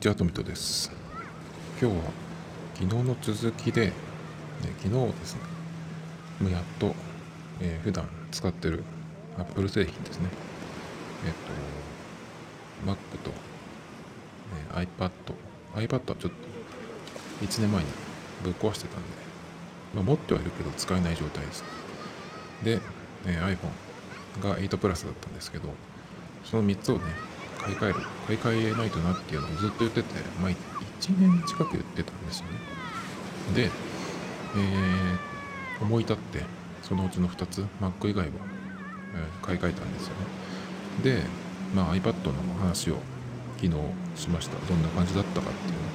ちは、トミトです。今日は昨日の続きで、昨日ですね、もうやっと、普段使ってる Apple 製品ですね。Mac と、iPad はちょっと1年前にぶっ壊してたんで、持ってはいるけど使えない状態です。で、iPhone が8プラスだったんですけど、その3つをね、買い替えないとなっていうのをずっと言ってて、1年近く言ってたんですよね。で、思い立って、そのうちの2つ、Mac 以外は、買い替えたんですよね。で、iPad の話を昨日しました。どんな感じだったか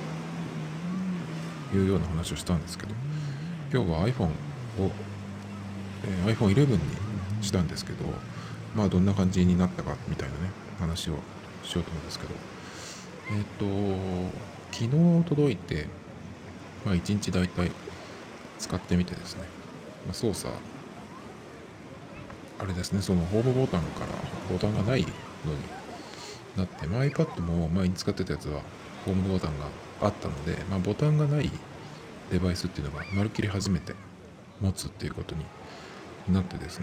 っていうような話をしたんですけど、今日は iPhone 11にしたんですけど、どんな感じになったかみたいなね、話をしようと思うんですけど、昨日届いて、1日だいたい使ってみてですね、操作、あれですね、そのホームボタンからボタンがないのになって、iPad も前に使ってたやつはホームボタンがあったので、ボタンがないデバイスっていうのがまるっきり初めて持つっていうことになってですね。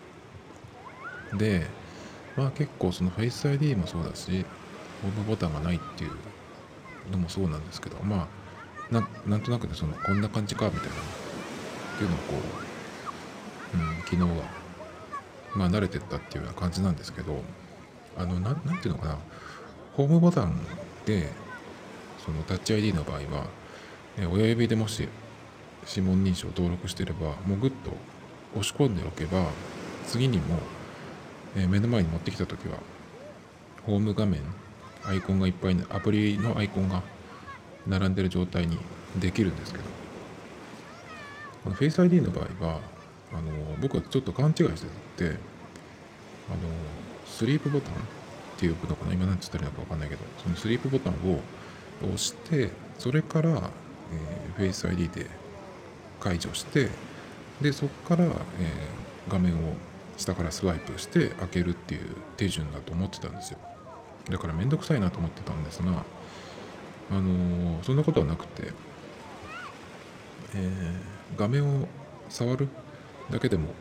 で、結構その Face ID もそうだし、ホームボタンがないっていうのもそうなんですけど、なんとなくね、こんな感じかみたいなっていうのを昨日は慣れてったっていうような感じなんですけど、なんていうのかな、ホームボタンでそのタッチ ID の場合は、親指でもし指紋認証を登録していれば、もうグッと押し込んでおけば、次にも、目の前に持ってきたときはホーム画面、アイコンがいっぱい、アプリのアイコンが並んでる状態にできるんですけど、この Face ID の場合は僕はちょっと勘違いしてて、スリープボタンっていうのかな、今何て言ったらいいのか分かんないけど、そのスリープボタンを押して、それから、Face ID で解除して、でそこから、画面を下からスワイプして開けるっていう手順だと思ってたんですよ。だからめんどくさいなと思ってたんですが、そんなことはなくて、画面を触るだけでも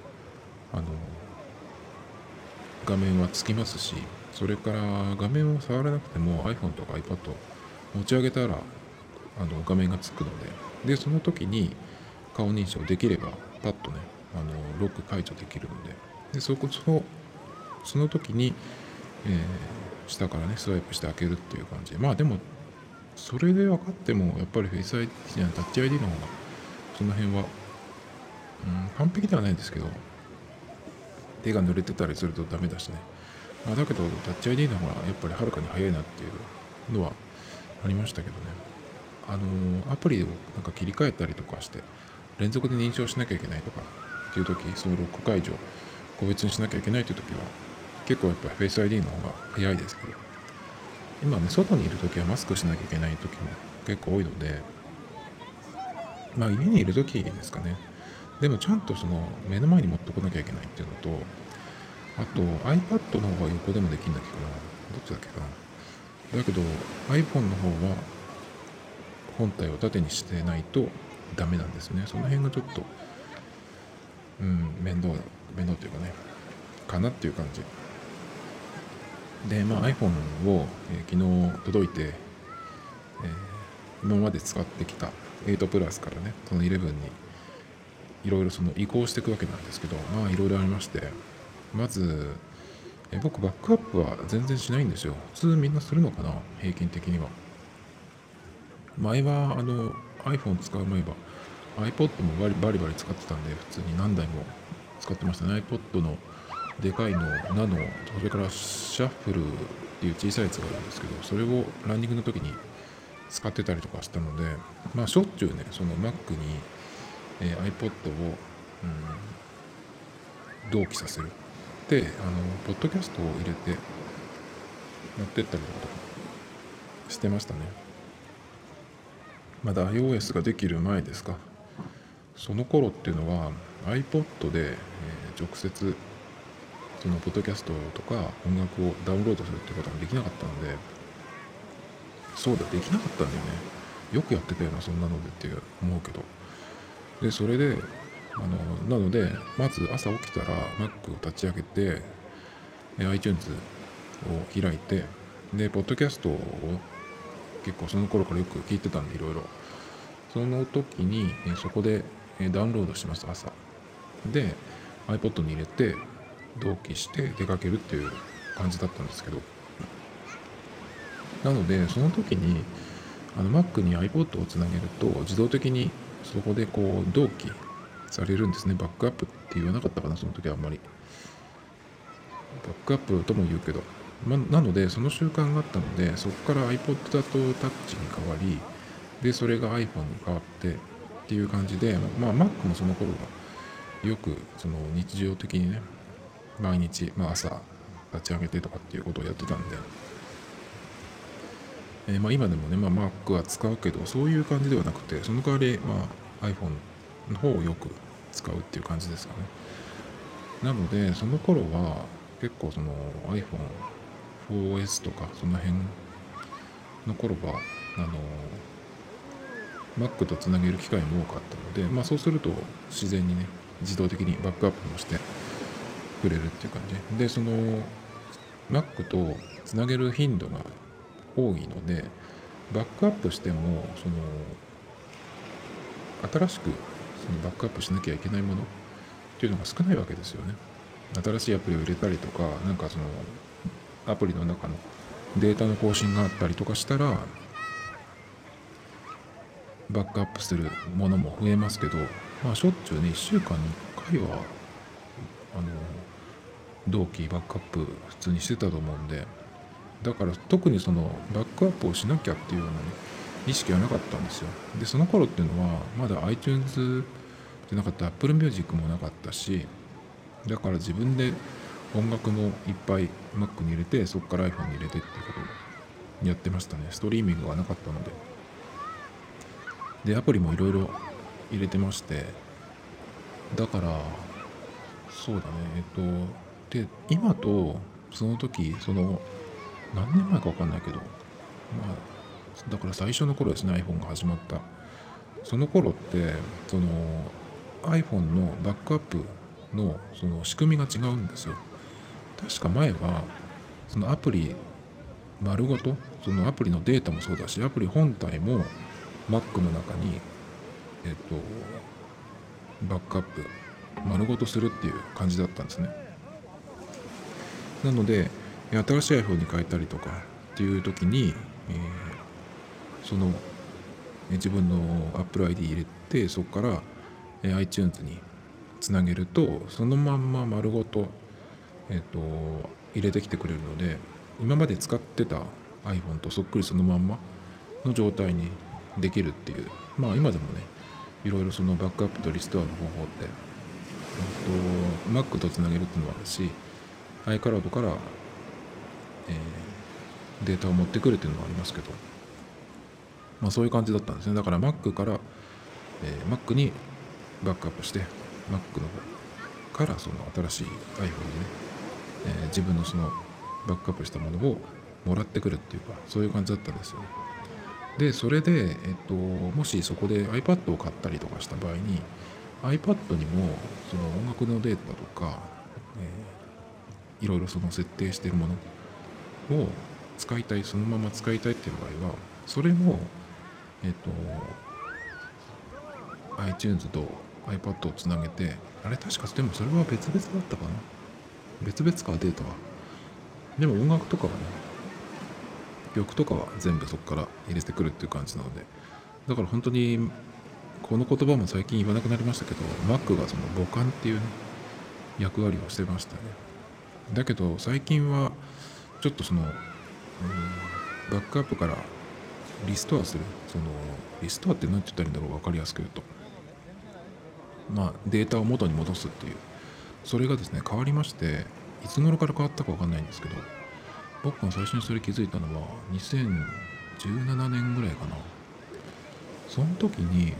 画面はつきますし、それから画面を触らなくても iPhone とか iPad 持ち上げたら画面がつくので、その時に顔認証できればパッとねロック解除できるので、その時に、下からねスワイプして開けるっていう感じで、でもそれで分かってもやっぱり Face ID じゃないタッチ ID の方がその辺は、完璧ではないんですけど、手が濡れてたりするとダメだしね。だけどタッチ ID の方がやっぱりはるかに早いなっていうのはありましたけどね。アプリをなんか切り替えたりとかして連続で認証しなきゃいけないとかっていう時、そのロック解除個別にしなきゃいけないという時は結構やっぱり Face ID の方が早いですけど、今ね外にいる時はマスクしなきゃいけない時も結構多いので、家にいる時ですかね。でもちゃんとその目の前に持ってこなきゃいけないっていうのと、あと iPad の方が横でもできるんだっけかな、どっちだっけかな。だけど iPhone の方は本体を縦にしてないとダメなんですね。その辺がちょっと面倒というかねかなっていう感じで、iPhone を、昨日届いて、今まで使ってきた8プラスからねその11にいろいろその移行していくわけなんですけど、いろいろありまして、まず僕バックアップは全然しないんですよ。普通みんなするのかな、平均的には。前はiPhone 使う前は iPod もバリバリ使ってたんで、普通に何台も使ってましたね。iPod のでかいの、ナノ、それからシャッフルっていう小さいやつがあるんですけど、それをランニングの時に使ってたりとかしたので、しょっちゅうねその Mac に、iPod を、同期させるで、ポッドキャストを入れて持ってったりとかしてましたね。まだ iOS ができる前ですか。その頃っていうのは iPod で、直接そのポッドキャストとか音楽をダウンロードするってことができなかったので、 そうだ、できなかったんだよね。よくやってたよなそんなのでって思うけど。でそれでなのでまず朝起きたら Mac を立ち上げてiTunes を開いて、でポッドキャストを結構その頃からよく聞いてたんで、いろいろその時にそこでダウンロードします。朝で iPod に入れて同期して出かけるっていう感じだったんですけど、なのでその時にMac に iPod をつなげると自動的にそこでこう同期されるんですね。バックアップって言わなかったかな、その時はあんまり。バックアップとも言うけど、なのでその習慣があったので、そこから iPod だとタッチに変わり、でそれが iPhone に変わってっていう感じで、Mac もその頃はよくその日常的にね、毎日、朝立ち上げてとかっていうことをやってたんで、今でもね、Mac は使うけど、そういう感じではなくて、その代わり、iPhone の方をよく使うっていう感じですかね。なので、その頃は結構その iPhone4S とかその辺の頃はMac とつなげる機会も多かったので、そうすると自然にね、自動的にバックアップもしてくれるっていう感じで、その Mac とつなげる頻度が多いので、バックアップしても新しくそのバックアップしなきゃいけないものっていうのが少ないわけですよね。新しいアプリを入れたりとか、なんかそのアプリの中のデータの更新があったりとかしたらバックアップするものも増えますけど、しょっちゅうね、1週間に1回は同期バックアップ普通にしてたと思うんで、だから特にそのバックアップをしなきゃっていうような、意識はなかったんですよ。でその頃っていうのはまだ iTunes じゃなかった Apple Music もなかったし、だから自分で音楽もいっぱい Mac に入れて、そこから iPhone に入れてっていうことをやってましたね。ストリーミングがなかったので。でアプリもいろいろ入れてまして、だからそうだね、で今とその時、その何年前か分かんないけど、だから最初の頃ですね、 iPhone が始まったその頃って、その iPhone のバックアップのその仕組みが違うんですよ。確か前はそのアプリ丸ごと、そのアプリのデータもそうだし、アプリ本体も Mac の中にバックアップ丸ごとするっていう感じだったんですね。なので新しい iPhone に変えたりとかっていう時に、その自分の Apple ID 入れて、そこから iTunes につなげると、そのまんま丸ごと、入れてきてくれるので、今まで使ってた iPhone とそっくりそのまんまの状態にできるっていう、今でもね、いろいろそのバックアップとリストアの方法って、Mac とつなげるっていうのもあるし、iCloud から、データを持ってくるっていうのもありますけど、そういう感じだったんですね。だから Mac から、Mac にバックアップして、Mac の方からその新しい iPhone にね、自分のそのバックアップしたものをもらってくるっていうか、そういう感じだったんですよね。でそれで、もしそこで iPad を買ったりとかした場合に、 iPad にもその音楽のデータとか、いろいろその設定しているものを使いたい、そのまま使いたいっていう場合は、それもiTunes と iPad をつなげて、あれ確かでもそれは別々だったかな、別々かデータは。でも音楽とかはね、曲とかは全部そこから入れてくるっていう感じなので、だから本当にこの言葉も最近言わなくなりましたけど、 Mac がその母艦っていうね、役割をしてましたね。だけど最近はちょっとその、バックアップからリストアする、そのリストアって何て言ったらいいんだろう、分かりやすく言うと、データを元に戻すっていう、それがですね変わりまして、いつ頃から変わったか分かんないんですけど、僕が最初にそれ気づいたのは2017年ぐらいかな。その時に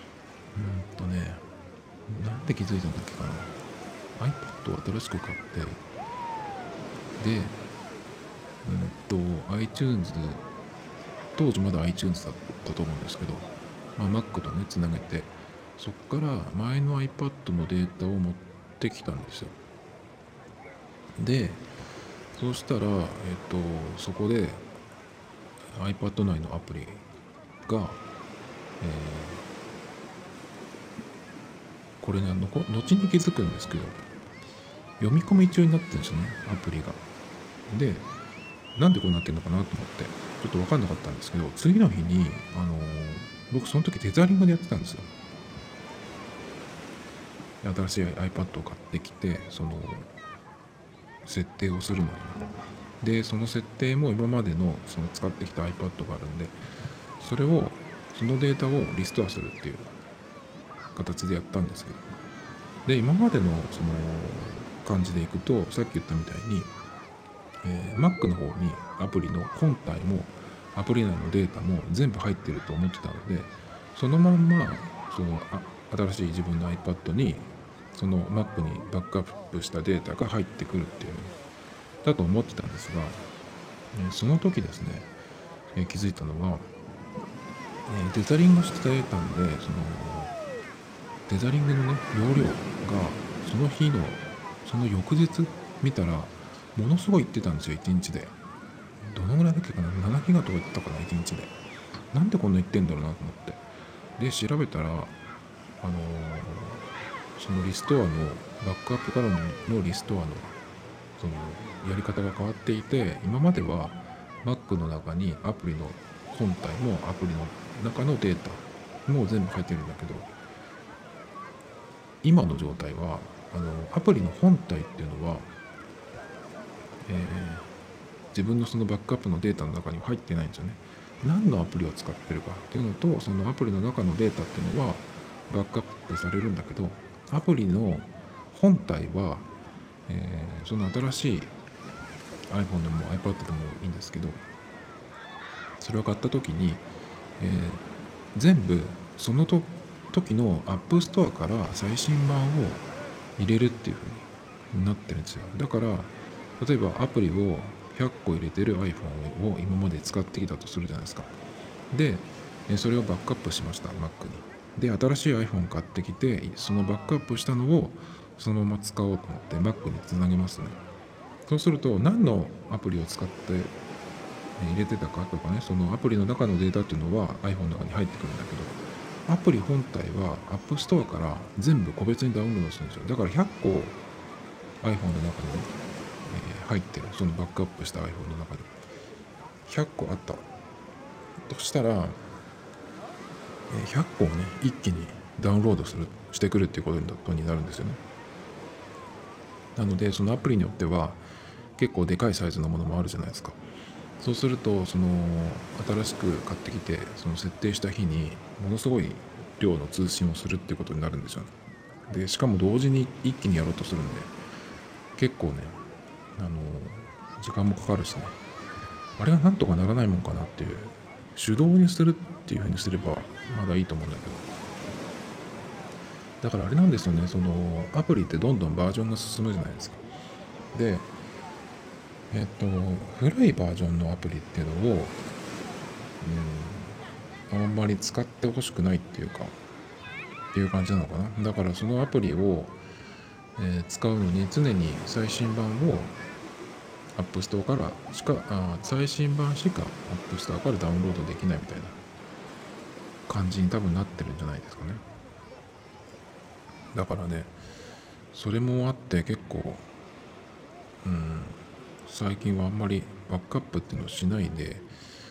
なんで気づいたんだっけかな。 iPad を新しく買って、でiTunes 当時まだ iTunes だったと思うんですけど、Mac とねつなげて、そこから前の iPad のデータを持ってきたんですよ。でそうしたら、そこで iPad 内のアプリが、これね後に気づくんですけど、読み込み中になってるんですよね、アプリが。でなんでこうなってるのかなと思ってちょっと分かんなかったんですけど、次の日に、僕その時テザリングでやってたんですよ。新しい iPad を買ってきて、その設定をするのに、でその設定も今までのその使ってきた iPad があるんで、そのデータをリストアするっていう形でやったんですけど、で今までのその感じでいくと、さっき言ったみたいに、Mac の方にアプリの本体もアプリ内のデータも全部入ってると思ってたので、そのまんまその新しい自分の iPad にその Mac にバックアップしたデータが入ってくるっていうだと思ってたんですが、その時ですね、気づいたのは、テザリングしてたんで、そのテザリングのね容量がその日のその翌日見たらものすごいいってたんですよ、1日で。どのぐらいだっけかな、7ギガとかいったかな、1日で。なんでこんな言ってんだろうなと思って。で調べたら、そのリストアのバックアップからのリストアのそのやり方が変わっていて、今までは Mac の中にアプリの本体もアプリの中のデータも全部入ってるんだけど、今の状態はアプリの本体っていうのは、自分のそのバックアップのデータの中には入ってないんですよね。何のアプリを使ってるかっていうのと、そのアプリの中のデータっていうのはバックアップされるんだけど、アプリの本体は、その新しい iPhone でも iPad でもいいんですけど、それを買った時に、全部その時の App Store から最新版を入れるっていう風になってるんですよ。だから例えばアプリを100個入れてる iPhone を今まで使ってきたとするじゃないですか。でそれをバックアップしました Mac に。で新しい iPhone 買ってきて、そのバックアップしたのをそのまま使おうと思って Mac につなげますね。そうすると何のアプリを使って入れてたかとかね、そのアプリの中のデータっていうのは iPhone の中に入ってくるんだけど、アプリ本体は App Store から全部個別にダウンロードするんですよ。だから100個 iPhone の中に、入ってる、そのバックアップした iPhone の中に100個あったとしたら、100個をね一気にダウンロードしてくるっていうことになるんですよね。なのでそのアプリによっては結構でかいサイズのものもあるじゃないですか。そうするとその新しく買ってきてその設定した日にものすごい量の通信をするっていうことになるんですよね。でしかも同時に一気にやろうとするんで結構ね時間もかかるしね、あれがなんとかならないもんかなっていう、手動にするっていう風にすればまだいいと思うんだけど、だからあれなんですよね、そのアプリってどんどんバージョンが進むじゃないですか。で古いバージョンのアプリっていうのを、あんまり使ってほしくないっていうかっていう感じなのかな。だからそのアプリを、使うのに常に最新版をアップストアからしか最新版しかアップストアからダウンロードできないみたいな感じに多分なってるんじゃないですかね。だからね、それもあって結構最近はあんまりバックアップっていうのをしないで、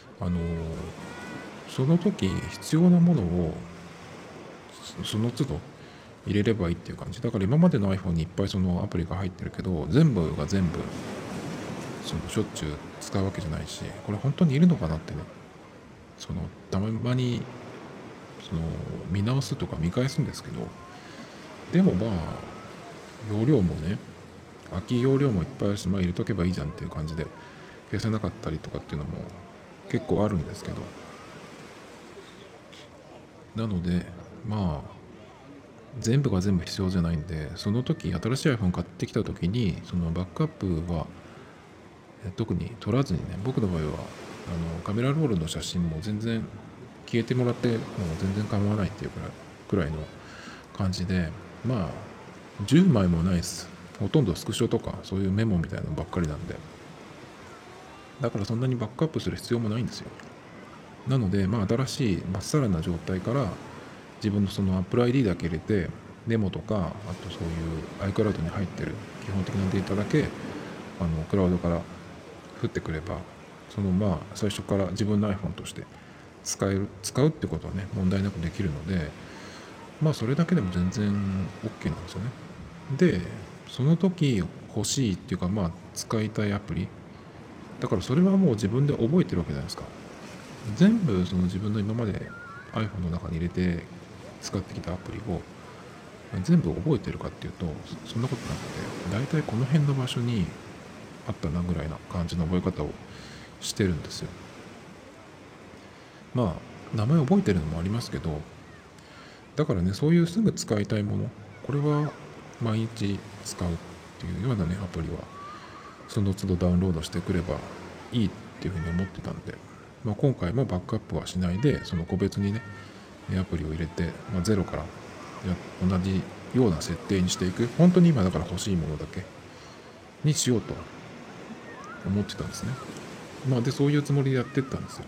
その時必要なものをその都度入れればいいっていう感じだから、今までの iPhone にいっぱいそのアプリが入ってるけど全部が全部そのしょっちゅう使うわけじゃないし、これ本当にいるのかなってね、そのたまにその見直すとか見返すんですけど、でも容量もね、空き容量もいっぱいあるし、入れとけばいいじゃんっていう感じで消せなかったりとかっていうのも結構あるんですけど、なので全部が全部必要じゃないんで、その時新しい iPhone 買ってきた時にそのバックアップは特に取らずにね、僕の場合はカメラロールの写真も全然消えてもらっても全然構わないっていうくらいの感じで、まあ10枚もないです。ほとんどスクショとかそういうメモみたいなのばっかりなんで、だからそんなにバックアップする必要もないんですよ。なので、まあ、新しいまっさらな状態から自分のその Apple ID だけ入れて、メモとか、あとそういう iCloud に入ってる基本的なデータだけクラウドから降ってくれば、そのまあ最初から自分の iPhone として使うってことはね、問題なくできるので、まあそれだけでも全然 OK なんですよね。で、その時欲しいっていうか、まあ使いたいアプリだから、それはもう自分で覚えてるわけじゃないですか。全部その自分の今まで iPhone の中に入れて使ってきたアプリを全部覚えてるかっていうと、そんなことなくて、大体この辺の場所にあったなぐらいな感じの覚え方をしてるんですよ。まあ名前覚えてるのもありますけど、だからね、そういうすぐ使いたいもの、これは毎日使うっていうようなねアプリはその都度ダウンロードしてくればいいっていうふうに思ってたんで、まあ、今回もバックアップはしないで、その個別にねアプリを入れて、まあ、ゼロから同じような設定にしていく、本当に今だから欲しいものだけにしようと思ってたんですね。まあで、そういうつもりでやってったんですよ。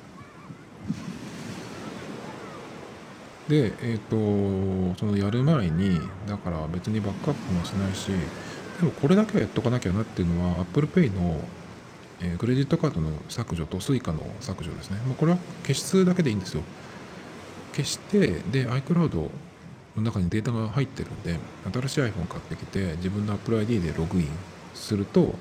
で、そのやる前に、だから別にバックアップもしないし、でもこれだけはやっとかなきゃなっていうのは、Apple Pay のクレジットカードの削除と Suica の削除ですね。これは消すだけでいいんですよ。消して、で、iCloud の中にデータが入ってるんで、新しい iPhone 買ってきて、自分の Apple ID でログインすると、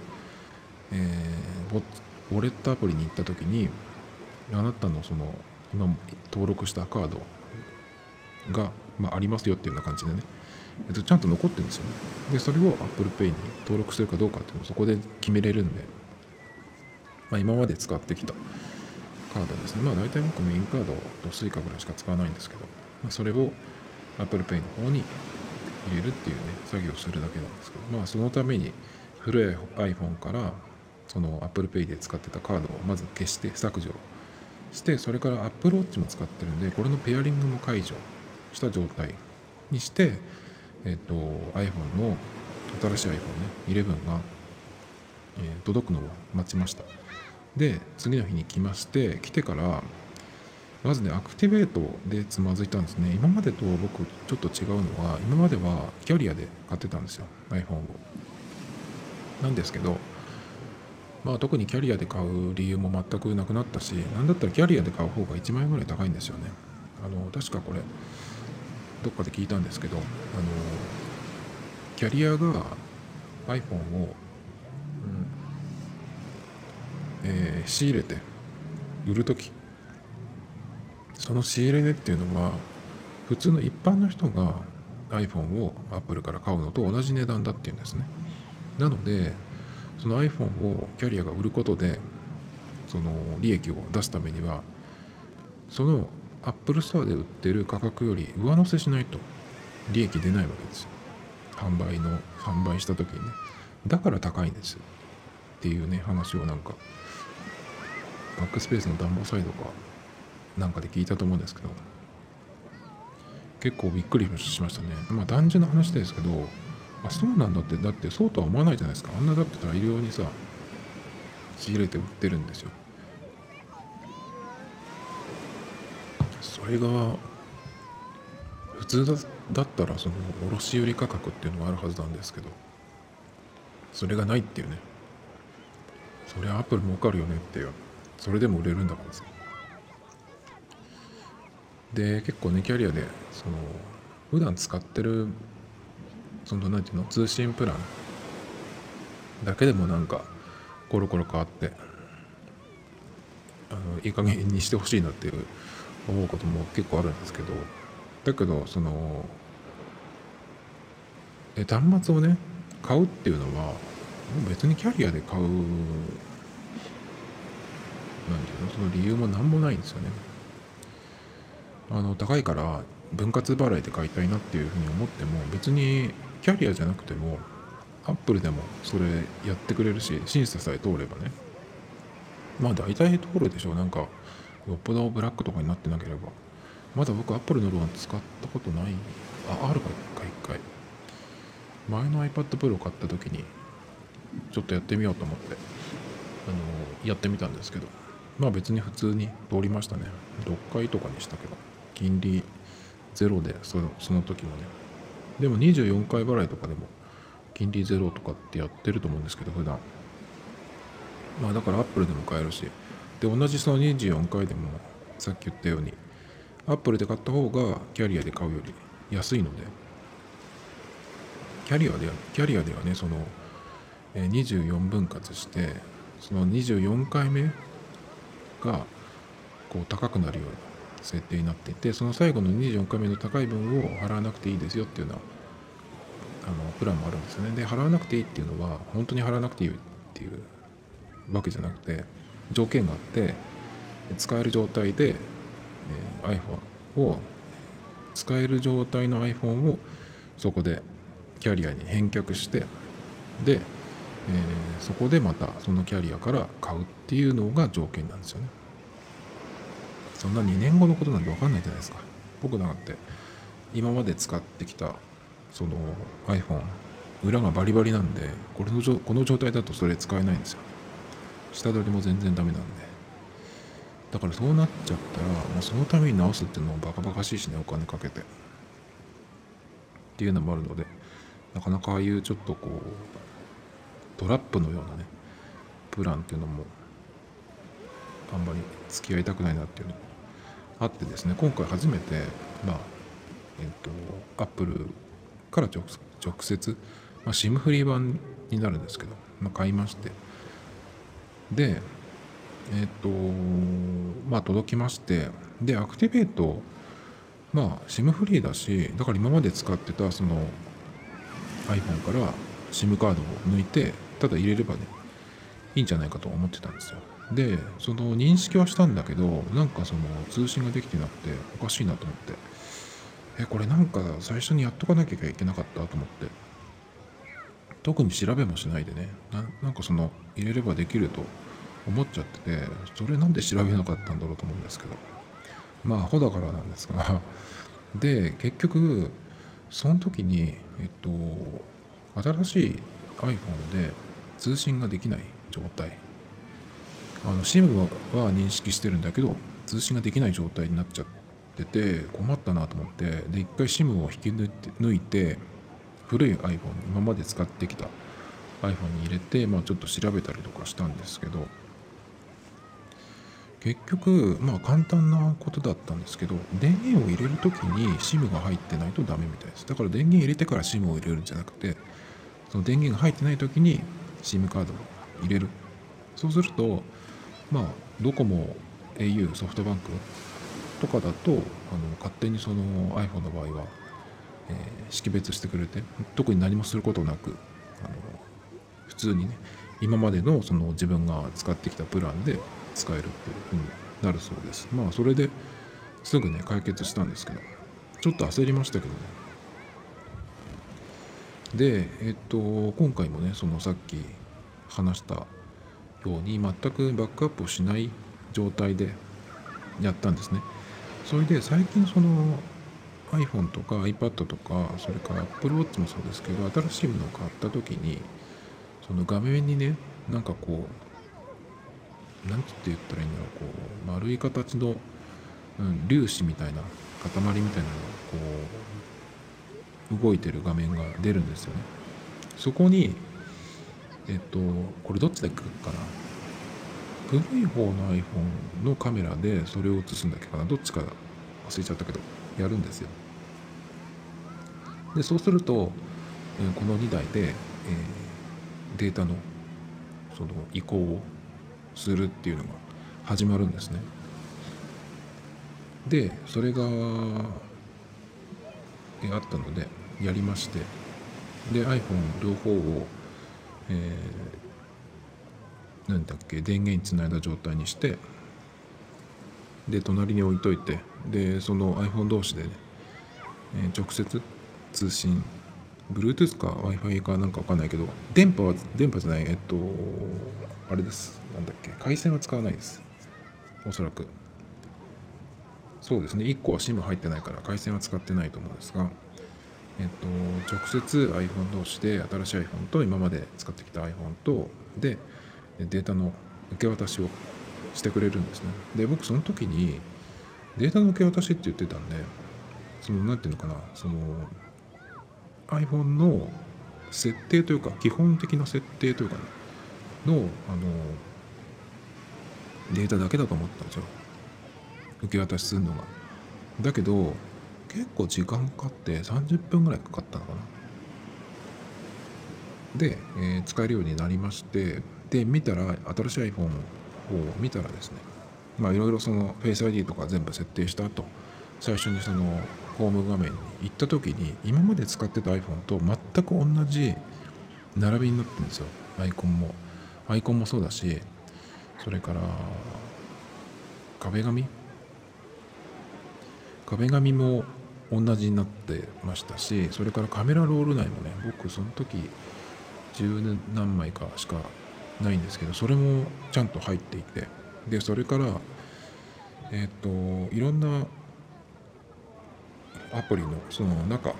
ウォレットアプリに行った時に、あなたのその今登録したカードが、まあ、ありますよっていうような感じでね、ちゃんと残ってるんですよね。で、それを Apple Pay に登録するかどうかっていうのをそこで決めれるんで、まあ、今まで使ってきたカードですね。まあ大体僕メインカードと Suica ぐらいしか使わないんですけど、まあ、それを Apple Pay の方に入れるっていうね、作業をするだけなんですけど、まあそのために古い iPhone からその Apple Pay で使ってたカードをまず消して削除して、それから Apple Watch も使ってるんで、これのペアリングも解除した状態にして、iPhone の新しい iPhone ね、11が、届くのを待ちました。で、次の日に来まして、来てから、まずね、アクティベートでつまずいたんですね。今までと僕ちょっと違うのは、今まではキャリアで買ってたんですよ、iPhone を。なんですけど、まあ特にキャリアで買う理由も全くなくなったし、なんだったらキャリアで買う方が1万円ぐらい高いんですよね。確かこれ、どっかで聞いたんですけど、キャリアが iPhone を、仕入れて売るとき、その仕入れ値っていうのは普通の一般の人が iPhone を Apple から買うのと同じ値段だっていうんですね。なので、その iPhone をキャリアが売ることでその利益を出すためには、その Apple Store で売ってる価格より上乗せしないと利益出ないわけですよ。販売した時にね。だから高いんですっていうね、話をなんかバックスペースの暖房サイドかなんかで聞いたと思うんですけど、結構びっくりしましたね。まあ単純な話ですけど、あ、そうなんだって、だってそうとは思わないじゃないですか。あんなだって大量にさ、仕入れて売ってるんですよ。それが普通だったらその卸売価格っていうのがあるはずなんですけど、それがないっていうね。それはアップル儲かるよねっていう、それでも売れるんだからですね。で、結構ね、キャリアでその普段使ってるそのなんていうの、通信プランだけでもなんかコロコロ変わって、いい加減にしてほしいなっていう思うことも結構あるんですけど、だけどその端末をね買うっていうのはもう別にキャリアで買う、なんていうの、その理由もなんもないんですよね。高いから分割払いで買いたいなっていうふうに思っても、別にキャリアじゃなくてもアップルでもそれやってくれるし、審査さえ通ればね、 まあ大体通るでしょう。なんかよっぽどブラックとかになってなければ。まだ僕 Apple のローン使ったことない。あるか一回。前の iPad Pro 買った時にちょっとやってみようと思ってやってみたんですけど、まあ別に普通に通りましたね。6回とかにしたけど、金利ゼロでその時もね。でも24回払いとかでも金利ゼロとかってやってると思うんですけど、普段。まあだから Apple でも買えるし、で同じその24回でもさっき言ったように Apple で買った方がキャリアで買うより安いので、キャリアではね、その24分割して、その24回目がこう高くなるような設定になっていて、その最後の24回目の高い分を払わなくていいですよっていうようなプランもあるんですよね。で、払わなくていいっていうのは本当に払わなくていいっていうわけじゃなくて、条件があって、使える状態で、iPhone を使える状態の iPhone をそこでキャリアに返却して、で、そこでまたそのキャリアから買うっていうのが条件なんですよね。そんな2年後のことなんて分かんないじゃないですか。僕なんて今まで使ってきたその iPhone 裏がバリバリなんで、この状態だとそれ使えないんですよ。下取りも全然ダメなんで。だからそうなっちゃったら、もうそのために直すっていうのもバカバカしいしね、お金かけてっていうのもあるので、なかなかああいうちょっとこうトラップのようなねプランっていうのもあんまり付き合いたくないなっていうのがあってですね、今回初めてアップルから直接、SIM フリー版になるんですけど、買いまして、で届きまして、でアクティベート、SIM フリーだし、だから今まで使ってたその iPhone から SIM カードを抜いてただ入れればねいいんじゃないかと思ってたんですよ。でその認識はしたんだけど、なんかその通信ができてなくておかしいなと思って、これなんか最初にやっとかなきゃいけなかったと思って、特に調べもしないでね、なんかその入れればできると思っちゃってて、それなんで調べなかったんだろうと思うんですけど、アホだからなんですがで結局その時に新しい iPhone で通信ができない状態、SIM は認識してるんだけど通信ができない状態になっちゃってて困ったなと思って、で一回 SIM を引き抜いて古い iPhone、 今まで使ってきた iPhone に入れて、ちょっと調べたりとかしたんですけど、結局簡単なことだったんですけど、電源を入れるときに SIM が入ってないとダメみたいです。だから電源入れてから SIM を入れるんじゃなくて、その電源が入ってないときに SIM カードを入れる。そうするとドコモ、au、ソフトバンクとかだと勝手にその iPhone の場合は、識別してくれて、特に何もすることなく普通にね今までのその自分が使ってきたプランで使えるっていう風になるそうです。それですぐね解決したんですけど、ちょっと焦りましたけどね。で今回もねそのさっき話したように全くバックアップをしない状態でやったんですね。それで最近その iPhone とか iPad とか、それから Apple Watch もそうですけど、新しいものを買った時にその画面にねなんかこうなんて言ったらいいんだろう、こう丸い形の、粒子みたいな塊みたいなのがこう動いてる画面が出るんですよね。そこにこれどっちだっけかな、古い方の iPhone のカメラでそれを映すんだっけかな、どっちか忘れちゃったけどやるんですよ。でそうすると、この2台で、データのその移行をするっていうのが始まるんですね。でそれがあったのでやりまして、で iPhone 両方を、なんだっけ電源につないだ状態にして、で隣に置いといて、でその iPhone 同士でね、直接通信 Bluetooth か Wi-Fi かなんかわかんないけど、電波じゃない、あれです。なんだっけ、回線は使わないです。おそらく。そうですね。1個は SIM 入ってないから回線は使ってないと思うんですが、直接 iPhone 同士で新しい iPhone と今まで使ってきた iPhone とでデータの受け渡しをしてくれるんですね。で、僕その時にデータの受け渡しって言ってたんで、なんていうのかな、iPhone の設定というか、基本的な設定というか、ね、のデータだけだと思ったんですよ。受け渡しするのが。だけど、結構時間かかって30分ぐらいかかったのかな。で、使えるようになりまして、で、見たら、新しい iPhone を見たらですね、まあいろいろFace ID とか全部設定した後、最初にホーム画面に行った時に、今まで使ってた iPhone と全く同じ並びになってるんですよ。アイコンも。アイコンもそうだし、それから壁紙も同じになってましたし、それからカメラロール内もね、僕その時十何枚かしかないんですけど、それもちゃんと入っていて、でそれからいろんなアプリのその中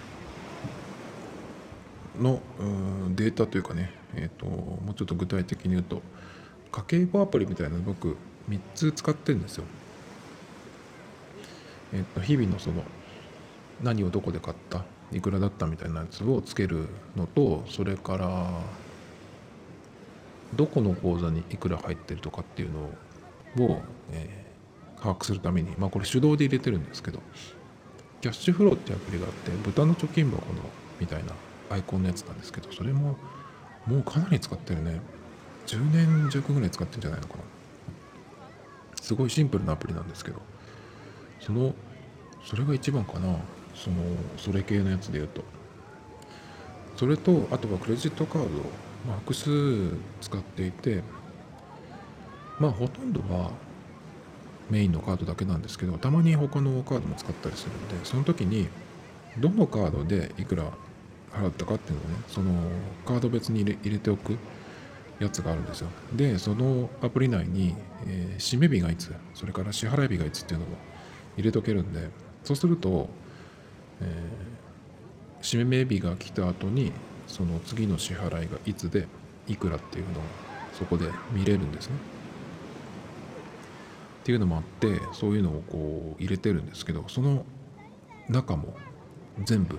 のデータというかね、もうちょっと具体的に言うと、家計簿アプリみたいなの僕3つ使ってるんですよ。日々の何をどこで買った、いくらだったみたいなやつをつけるのと、それからどこの口座にいくら入ってるとかっていうのを、把握するために、まあこれ手動で入れてるんですけど、キャッシュフローっていうアプリがあって、豚の貯金箱のみたいなアイコンのやつなんですけど、それももうかなり使ってるね。10年弱ぐらい使ってるんじゃないのかな。すごいシンプルなアプリなんですけど、それが一番かな。それ系のやつで言うと。それと、あとはクレジットカードを、複数使っていて、ほとんどはメインのカードだけなんですけど、たまに他のカードも使ったりするので、その時にどのカードでいくら払ったかっていうのをね、カード別に入れておくやつがあるんですよ。で、そのアプリ内に、締め日がいつ、それから支払い日がいつっていうのを入れとけるんで、そうすると、締め日が来た後にその次の支払いがいつでいくらっていうのをそこで見れるんですね。っていうのもあって、そういうのをこう入れてるんですけど、その中も全部、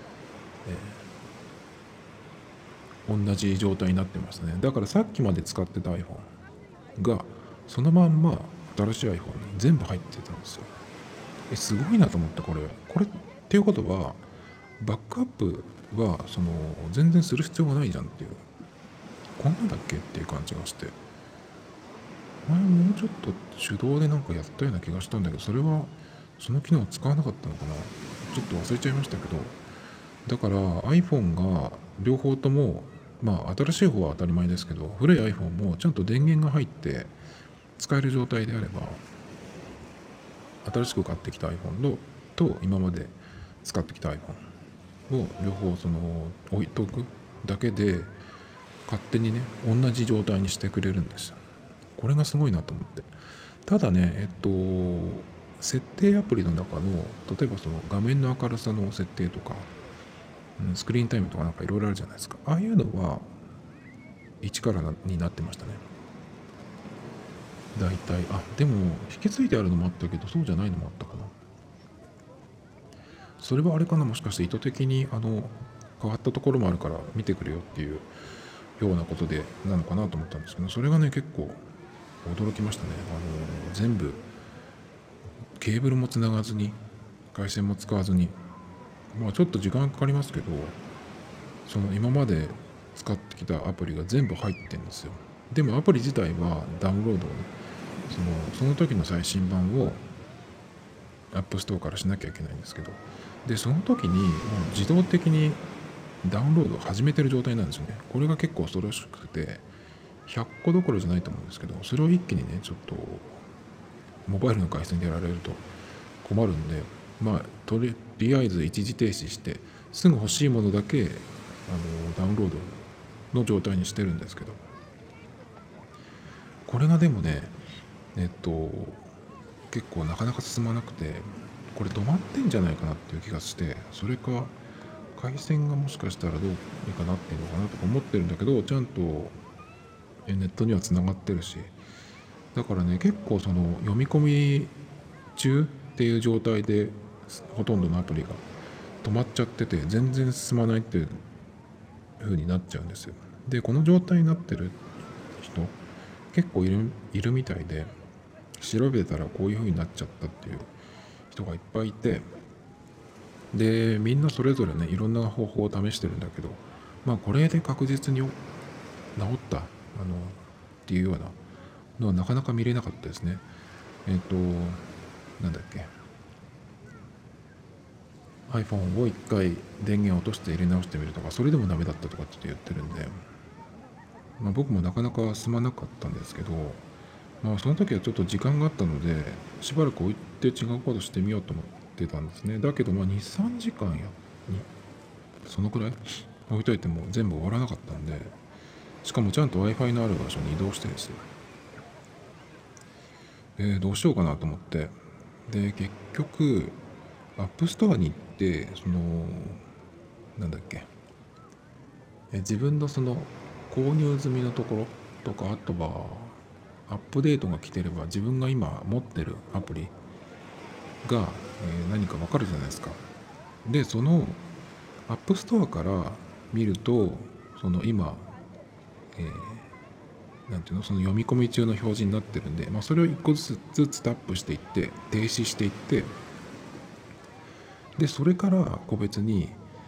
同じ状態になってますね。だからさっきまで使ってた iPhone がそのまんま新しい iPhone に全部入ってたんですよ。すごいなと思って、これっていうことはバックアップは全然する必要がないじゃんっていう、こんなんだっけっていう感じがして、前もうちょっと手動でなんかやったような気がしたんだけど、それはその機能使わなかったのかな、ちょっと忘れちゃいましたけど、だから iPhone が両方とも、新しい方は当たり前ですけど、古い iPhone もちゃんと電源が入って使える状態であれば、新しく買ってきた iPhone と今まで使ってきた iPhone を両方置いとくだけで勝手にね同じ状態にしてくれるんですよ。これがすごいなと思って。ただね、設定アプリの中の例えば画面の明るさの設定とか、スクリーンタイムとかなんかいろいろあるじゃないですか。ああいうのは1からになってましたね。大体。でも引き継いであるのもあったけど、そうじゃないのもあったかな。それはあれかな、もしかして意図的に変わったところもあるから見てくれよっていうようなことでなのかなと思ったんですけど、それがね結構驚きましたね。全部ケーブルもつながずに回線も使わずに、ちょっと時間かかりますけど、今まで使ってきたアプリが全部入ってるんですよ。でもアプリ自体はダウンロードをね、その時の最新版をアップストアからしなきゃいけないんですけど、でその時にもう自動的にダウンロードを始めてる状態なんですよね。これが結構恐ろしくて、100個どころじゃないと思うんですけど、それを一気にねちょっとモバイルの回線でやられると困るんで、とりあえず一時停止してすぐ欲しいものだけダウンロードの状態にしてるんですけど、これがでもね結構なかなか進まなくて、これ止まってんじゃないかなっていう気がして、それか回線がもしかしたらどうにかなってるのかなとか思ってるんだけど、ちゃんとネットにはつながってるし、だからね結構その読み込み中っていう状態でほとんどのアプリが止まっちゃってて全然進まないっていう風になっちゃうんですよ。でこの状態になってる人結構いるみたいで、調べたらこういう風になっちゃったっていう人がいっぱいいて、でみんなそれぞれねいろんな方法を試してるんだけど、まあこれで確実に治ったっていうようなのはなかなか見れなかったですね。なんだっけ、 iPhone を一回電源を落として入れ直してみるとか、それでもダメだったとかって言ってるんで、まあ、僕もなかなか進まなかったんですけど、まあその時はちょっと時間があったのでしばらく置いて違うことしてみようと思ってたんですね。だけどまあ23時間そのくらい置いといても全部終わらなかったんで、しかもちゃんと Wi-Fi のある場所に移動してですよ、どうしようかなと思って、で結局アップストアに行ってなんだっけ、自分のその購入済みのところとか、あとはアップデートが来てれば自分が今持ってるアプリが、何かわかるじゃないですか。でそのアップストアから見ると、その今、なんていうの、その読み込み中の表示になってるんで、まあ、それを一個ずつタップしていって停止していって、でそれから個別に、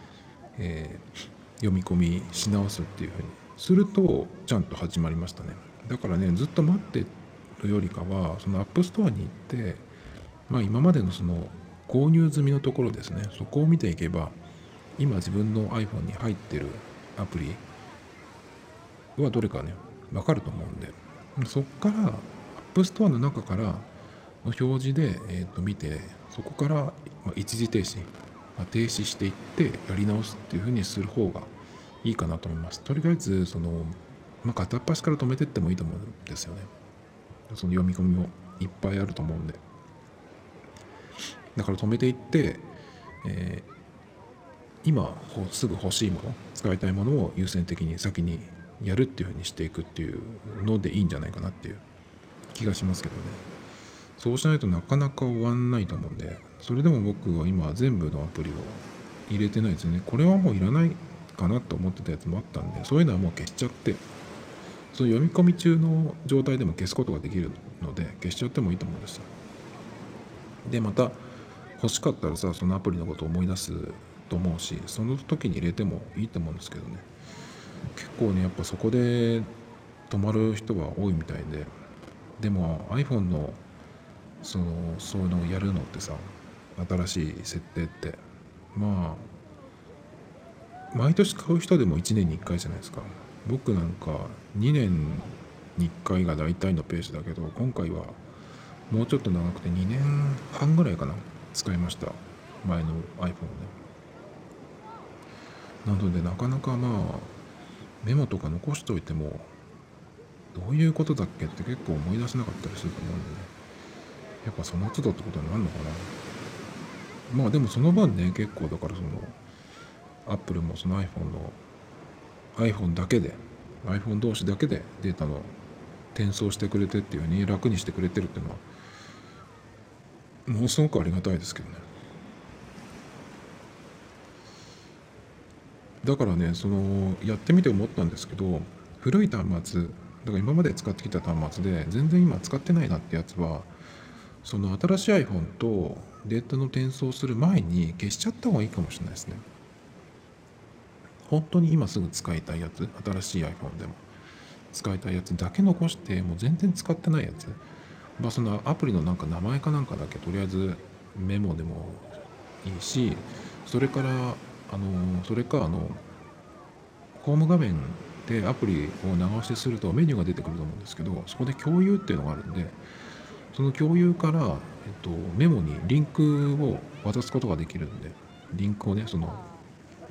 読み込みし直すっていう風にするとちゃんと始まりましたね。だからねずっと待ってるよりかは、そのアップストアに行って、まあ、今までのその購入済みのところですね、そこを見ていけば今自分の iPhone に入ってるアプリはどれかね分かると思うんで、そこからアップストアの中からの表示で、見て、そこから、一時停止、停止していってやり直すっていう風にする方がいいかなと思います。とりあえず片っ端から止めてってもいいと思うんですよね。その読み込みもいっぱいあると思うんで、だから止めていって、今すぐ欲しいもの、使いたいものを優先的に先にやるっていう風にしていくっていうのでいいんじゃないかなっていう気がしますけどね。そうしないとなかなか終わんないと思うんで、それでも僕は今全部のアプリを入れてないですよね。これはもういらないかなと思ってたやつもあったんで、そういうのはもう消しちゃって、その読み込み中の状態でも消すことができるので消しちゃってもいいと思うんですよ。でまた欲しかったらさ、そのアプリのことを思い出すと思うし、その時に入れてもいいと思うんですけどね。結構ねやっぱそこで止まる人は多いみたいで、でも iPhone のそういうのをやるのってさ、新しい設定ってまあ毎年買う人でも1年に1回じゃないですか。僕なんか2年に1回が大体のペースだけど、今回はもうちょっと長くて2年半ぐらいかな使いました、前の iPhone をね。なのでなかなかメモとか残しておいてもどういうことだっけって結構思い出せなかったりすると思うんでね、やっぱその都度ってことになるのかな。まあでもその分ね、結構だからアップルもその iPhone だけで iPhone 同士だけでデータの転送してくれてっていう風に楽にしてくれてるっていうのはものすごくありがたいですけどね。だからねやってみて思ったんですけど、古い端末だから今まで使ってきた端末で全然今使ってないなってやつは、その新しい iPhone とデータの転送する前に消しちゃった方がいいかもしれないですね。本当に今すぐ使いたいやつ、新しい iPhone でも使いたいやつだけ残して、もう全然使ってないやつ、そのアプリのなんか名前かなんかだけとりあえずメモでもいいし、それからホーム画面でアプリを長押しするとメニューが出てくると思うんですけど、そこで共有っていうのがあるんで、その共有から、メモにリンクを渡すことができるんで、リンクをね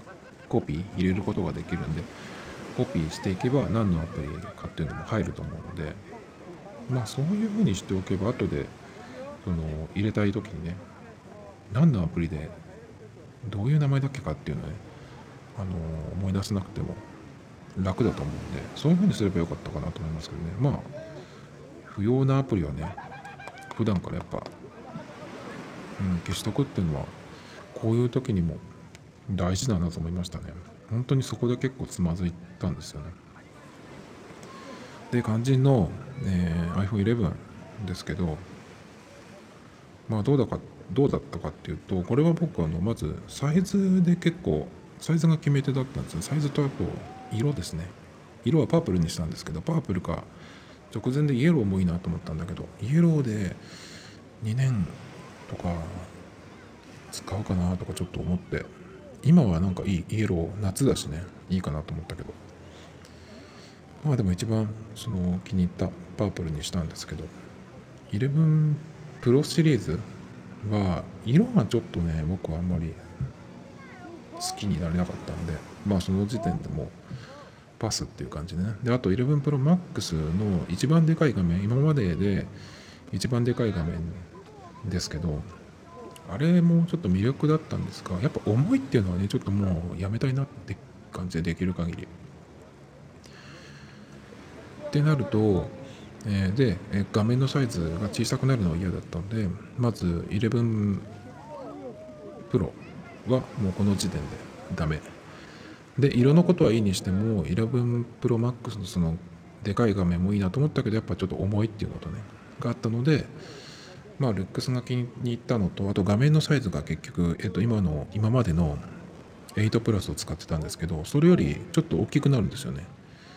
コピー入れることができるんで、コピーしていけば何のアプリかっていうのも入ると思うので、そういう風にしておけば後で入れたい時にね、何のアプリでどういう名前だっけかっていうのをね、思い出せなくても楽だと思うんで、そういう風にすればよかったかなと思いますけどね。不要なアプリはね、普段からやっぱ、消しとくっていうのはこういう時にも大事だなと思いましたね。本当にそこで結構つまずいたんですよね。で、肝心の、iPhone 11ですけど、どうだったかっていうと、これは僕まずサイズで結構サイズが決め手だったんですよ。サイズとあと色ですね。色はパープルにしたんですけど、パープルか直前でイエローもいいなと思ったんだけど、イエローで2年とか使うかなとかちょっと思って、今はなんかいいイエロー夏だしね、いいかなと思ったけど、でも一番気に入ったパープルにしたんですけど、11プロシリーズは色がちょっとね、僕はあんまり好きになれなかったんで、その時点でもうパスっていう感じでね。で、あと11 Pro Max の一番でかい画面、今までで一番でかい画面ですけど、あれもちょっと魅力だったんですが、やっぱ重いっていうのはね、ちょっともうやめたいなって感じで、できる限りってなると、画面のサイズが小さくなるのは嫌だったので、まず11 Pro はもうこの時点でダメで、色のことはいいにしても11 Pro Max のそのでかい画面もいいなと思ったけど、やっぱちょっと重いっていうことねがあったので、ルックスが気に入ったのと、あと画面のサイズが結局、今までの8プラスを使ってたんですけど、それよりちょっと大きくなるんですよね。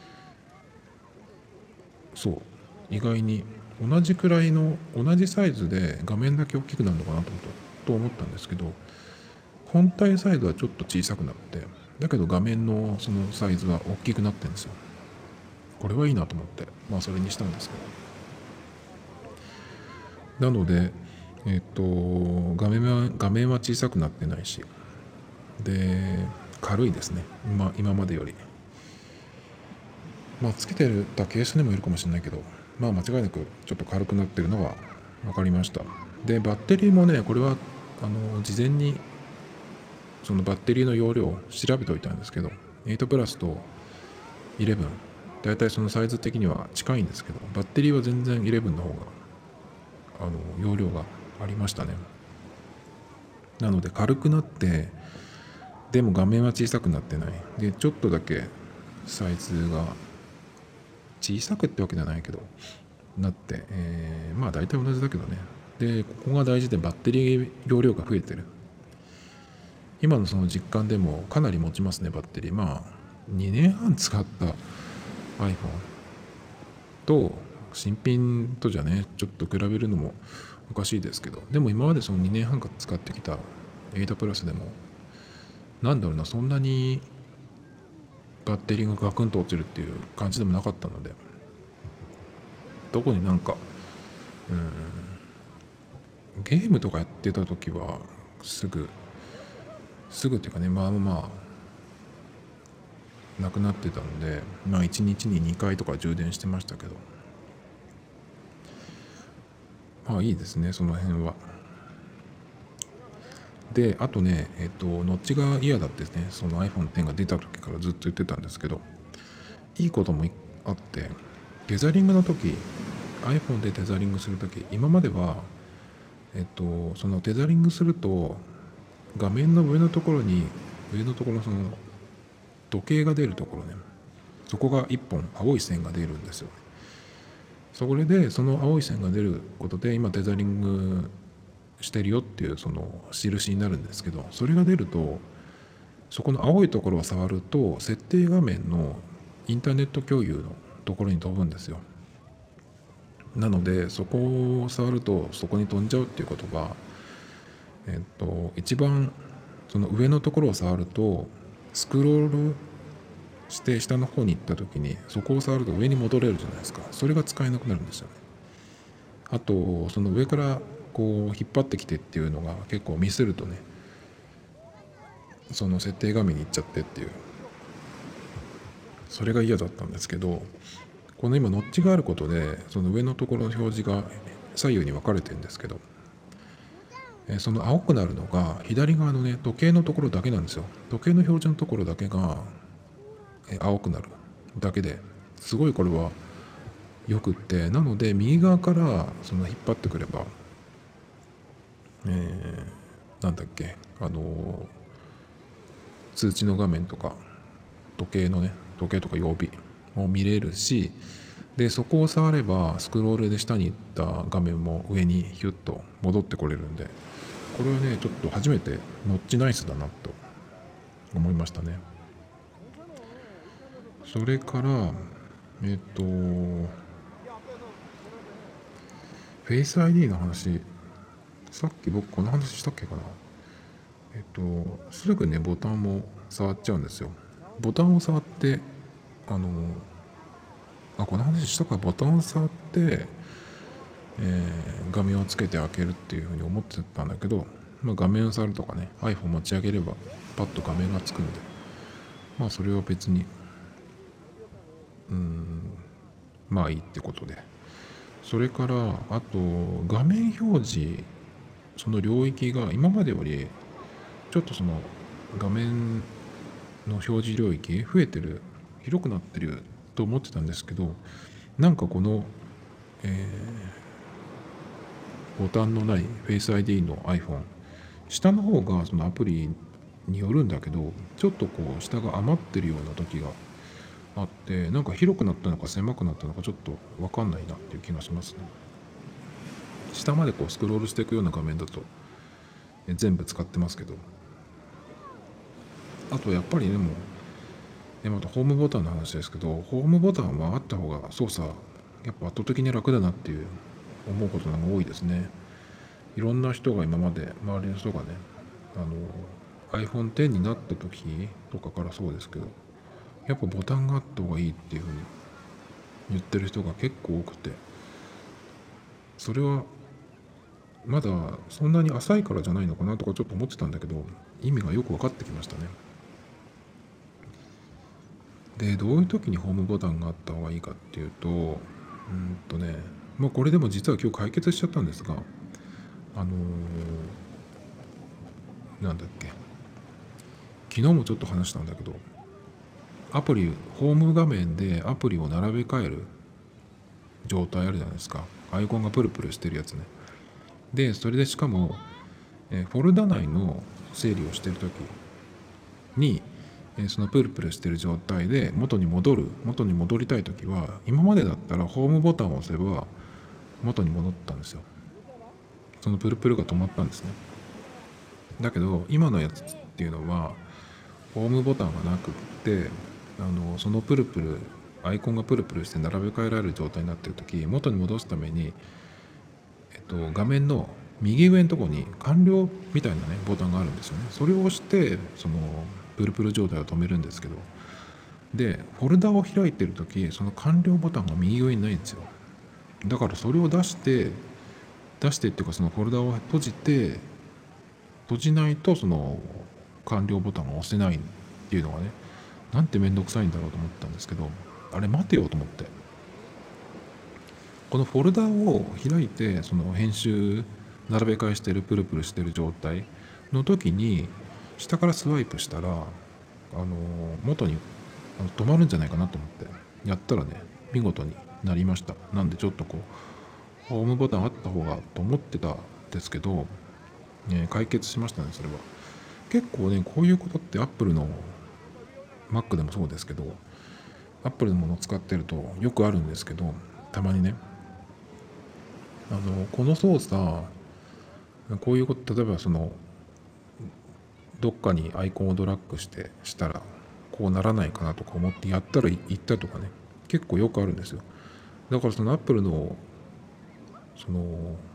そう、意外に同じくらいの同じサイズで画面だけ大きくなるのかなと思ったんですけど、本体サイズはちょっと小さくなって、だけど画面のそのサイズは大きくなってるんですよ。これはいいなと思って、それにしたんですけど、なので画面は小さくなってないし、で軽いですね、今までより。つけてたケースにもいるかもしれないけど、間違いなくちょっと軽くなってるのが分かりました。で、バッテリーもね、これは事前にそのバッテリーの容量を調べておいたんですけど、8プラスと11、だいたいそのサイズ的には近いんですけど、バッテリーは全然11の方が容量がありましたね。なので軽くなって、でも画面は小さくなってない。で、ちょっとだけサイズが小さくってわけじゃないけどなって、大体同じだけどね。で、ここが大事で、バッテリー容量が増えてる。今のその実感でもかなり持ちますね、バッテリー。2年半使った iPhone と新品とじゃね、ちょっと比べるのもおかしいですけど、でも今までその2年半使ってきた8プラスでも、そんなにバッテリーがガクンと落ちるっていう感じでもなかったので、特にゲームとかやってた時はすぐっていうかね、なくなってたんで、1日に2回とか充電してましたけど、いいですね、その辺は。で、あとね、ノッチが嫌だってね、その iPhone X が出た時からずっと言ってたんですけど、いいこともあって、テザリングの時、iPhone でテザリングする時、今まではそのテザリングすると画面の上のところのその時計が出るところね、そこが一本青い線が出るんですよ。それでその青い線が出ることで今テザリングしてるよっていうその印になるんですけど、それが出るとそこの青いところを触ると設定画面のインターネット共有のところに飛ぶんですよ。なのでそこを触るとそこに飛んじゃうっていうことが、一番その上のところを触るとスクロールして下の方に行った時にそこを触ると上に戻れるじゃないですか。それが使えなくなるんですよね。あとその上からこう引っ張ってきてっていうのが結構ミスるとね、 その設定画面に行っちゃってっていう、それが嫌だったんですけど、この今ノッチがあることでその上のところの表示が左右に分かれてるんですけど、その青くなるのが左側のね時計のところだけなんですよ。時計の表示のところだけが青くなるだけですごいこれはよくって、なので右側からその引っ張ってくれば、なんだっけ通知の画面とか時計とか曜日も見れるし、でそこを触ればスクロールで下に行った画面も上にヒュッと戻ってこれるんで、これはねちょっと初めてノッチナイスだなと思いましたね。それからフェイス ID の話、さっき僕この話したっけかな。すぐねボタンも触っちゃうんですよ。ボタンを触ってこの話したか、ボタンを触って、画面をつけて開けるっていうふうに思ってたんだけど、画面を触るとかね iPhone 持ち上げればパッと画面がつくんで、それは別にいいってことで、それからあと画面表示、その領域が今までよりちょっとその画面の表示領域増えてる、広くなってると思ってたんですけど、なんかこの、ボタンのない Face ID の iPhone、 下の方がそのアプリによるんだけど、ちょっとこう下が余ってるような時があって、なんか広くなったのか狭くなったのかちょっと分かんないなっていう気がしますね。下までこうスクロールしていくような画面だと全部使ってますけど、あとやっぱりでもまたホームボタンの話ですけど、ホームボタンはあった方が操作やっぱ圧倒的に楽だなっていう思うことが多いですね。いろんな人が今まで周りの人がねiPhone X になった時とかからそうですけど、やっぱボタンがあった方がいいっていうふうに言ってる人が結構多くて、それはまだそんなに浅いからじゃないのかなとかちょっと思ってたんだけど、意味がよく分かってきましたね。でどういう時にホームボタンがあった方がいいかっていうと、これでも実は今日解決しちゃったんですが、なんだっけ、昨日もちょっと話したんだけど、アプリホーム画面でアプリを並べ替える状態あるじゃないですか。アイコンがプルプルしてるやつね。でそれでしかも、フォルダ内の整理をしてる時に、そのプルプルしてる状態で元に戻りたい時は、今までだったらホームボタンを押せば元に戻ったんですよ。そのプルプルが止まったんですね。だけど今のやつっていうのはホームボタンがなくって、そのプルプルアイコンがプルプルして並べ替えられる状態になっている時、元に戻すために、画面の右上のところに完了みたいなねボタンがあるんですよね。それを押してそのプルプル状態を止めるんですけど、でフォルダを開いてる時その完了ボタンが右上にないんですよ。だからそれを出してっていうか、そのフォルダを閉じないとその完了ボタンが押せないっていうのがね、なんてめんどくさいんだろうと思ったんですけど、あれ待てよと思って、このフォルダを開いてその編集並べ替えしてるプルプルしてる状態の時に下からスワイプしたら元に止まるんじゃないかなと思ってやったらね、見事になりました。なんでちょっとこうホームボタンあった方がと思ってたんですけど、解決しましたね。それは結構ね、こういうことってアップルの Mac でもそうですけど、アップルのものを使ってるとよくあるんですけど、たまにねこの操作こういうこと、例えばそのどっかにアイコンをドラッグしたらこうならないかなとか思ってやったらいったとかね、結構よくあるんですよ。だからそのアップルのその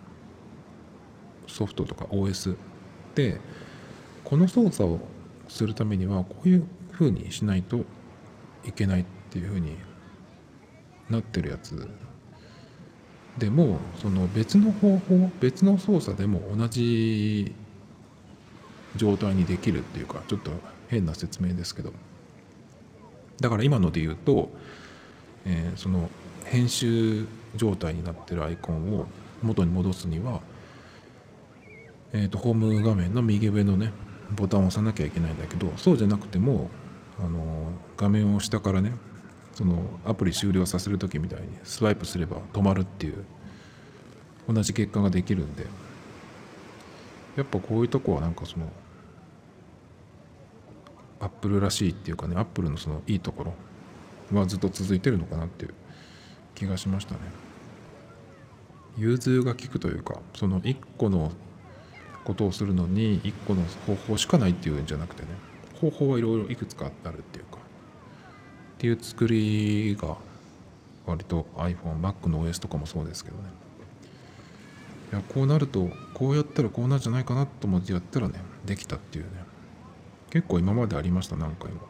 ソフトとか OS でこの操作をするためにはこういう風にしないといけないっていう風になってるやつでも、その別の操作でも同じ状態にできるっていうか、ちょっと変な説明ですけど、だから今ので言うと、その編集状態になってるアイコンを元に戻すには、ホーム画面の右上のねボタンを押さなきゃいけないんだけど、そうじゃなくても画面を下からね、そのアプリ終了させる時みたいにスワイプすれば止まるっていう同じ結果ができるんで、やっぱこういうとこはなんかそのアップルらしいっていうかね、アップルのそのいいところはずっと続いてるのかなっていう気がしましたね。融通が利くというか、その一個のことをするのに一個の方法しかないっていうんじゃなくてね、方法はいろいろいくつかあるっていうかっていう作りが割と iPhone、Mac の OS とかもそうですけどね。いや、こうなるとこうやったらこうなるんじゃないかなと思ってやったらねできたっていうね、結構今までありました、何回も。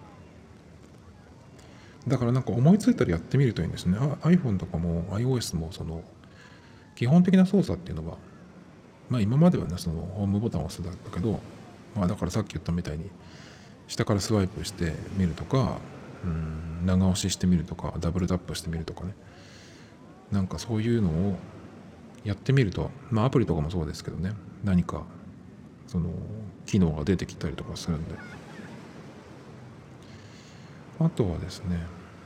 だからなんか思いついたらやってみるといいんですね。iPhone とかも iOS もその基本的な操作っていうのは、まあ今まではねそのホームボタンを押すだけど、まあだからさっき言ったみたいに下からスワイプしてみるとか、長押ししてみるとか、ダブルタップしてみるとかね、なんかそういうのをやってみると、まあアプリとかもそうですけどね、何かその機能が出てきたりとかするんで、あとはですね、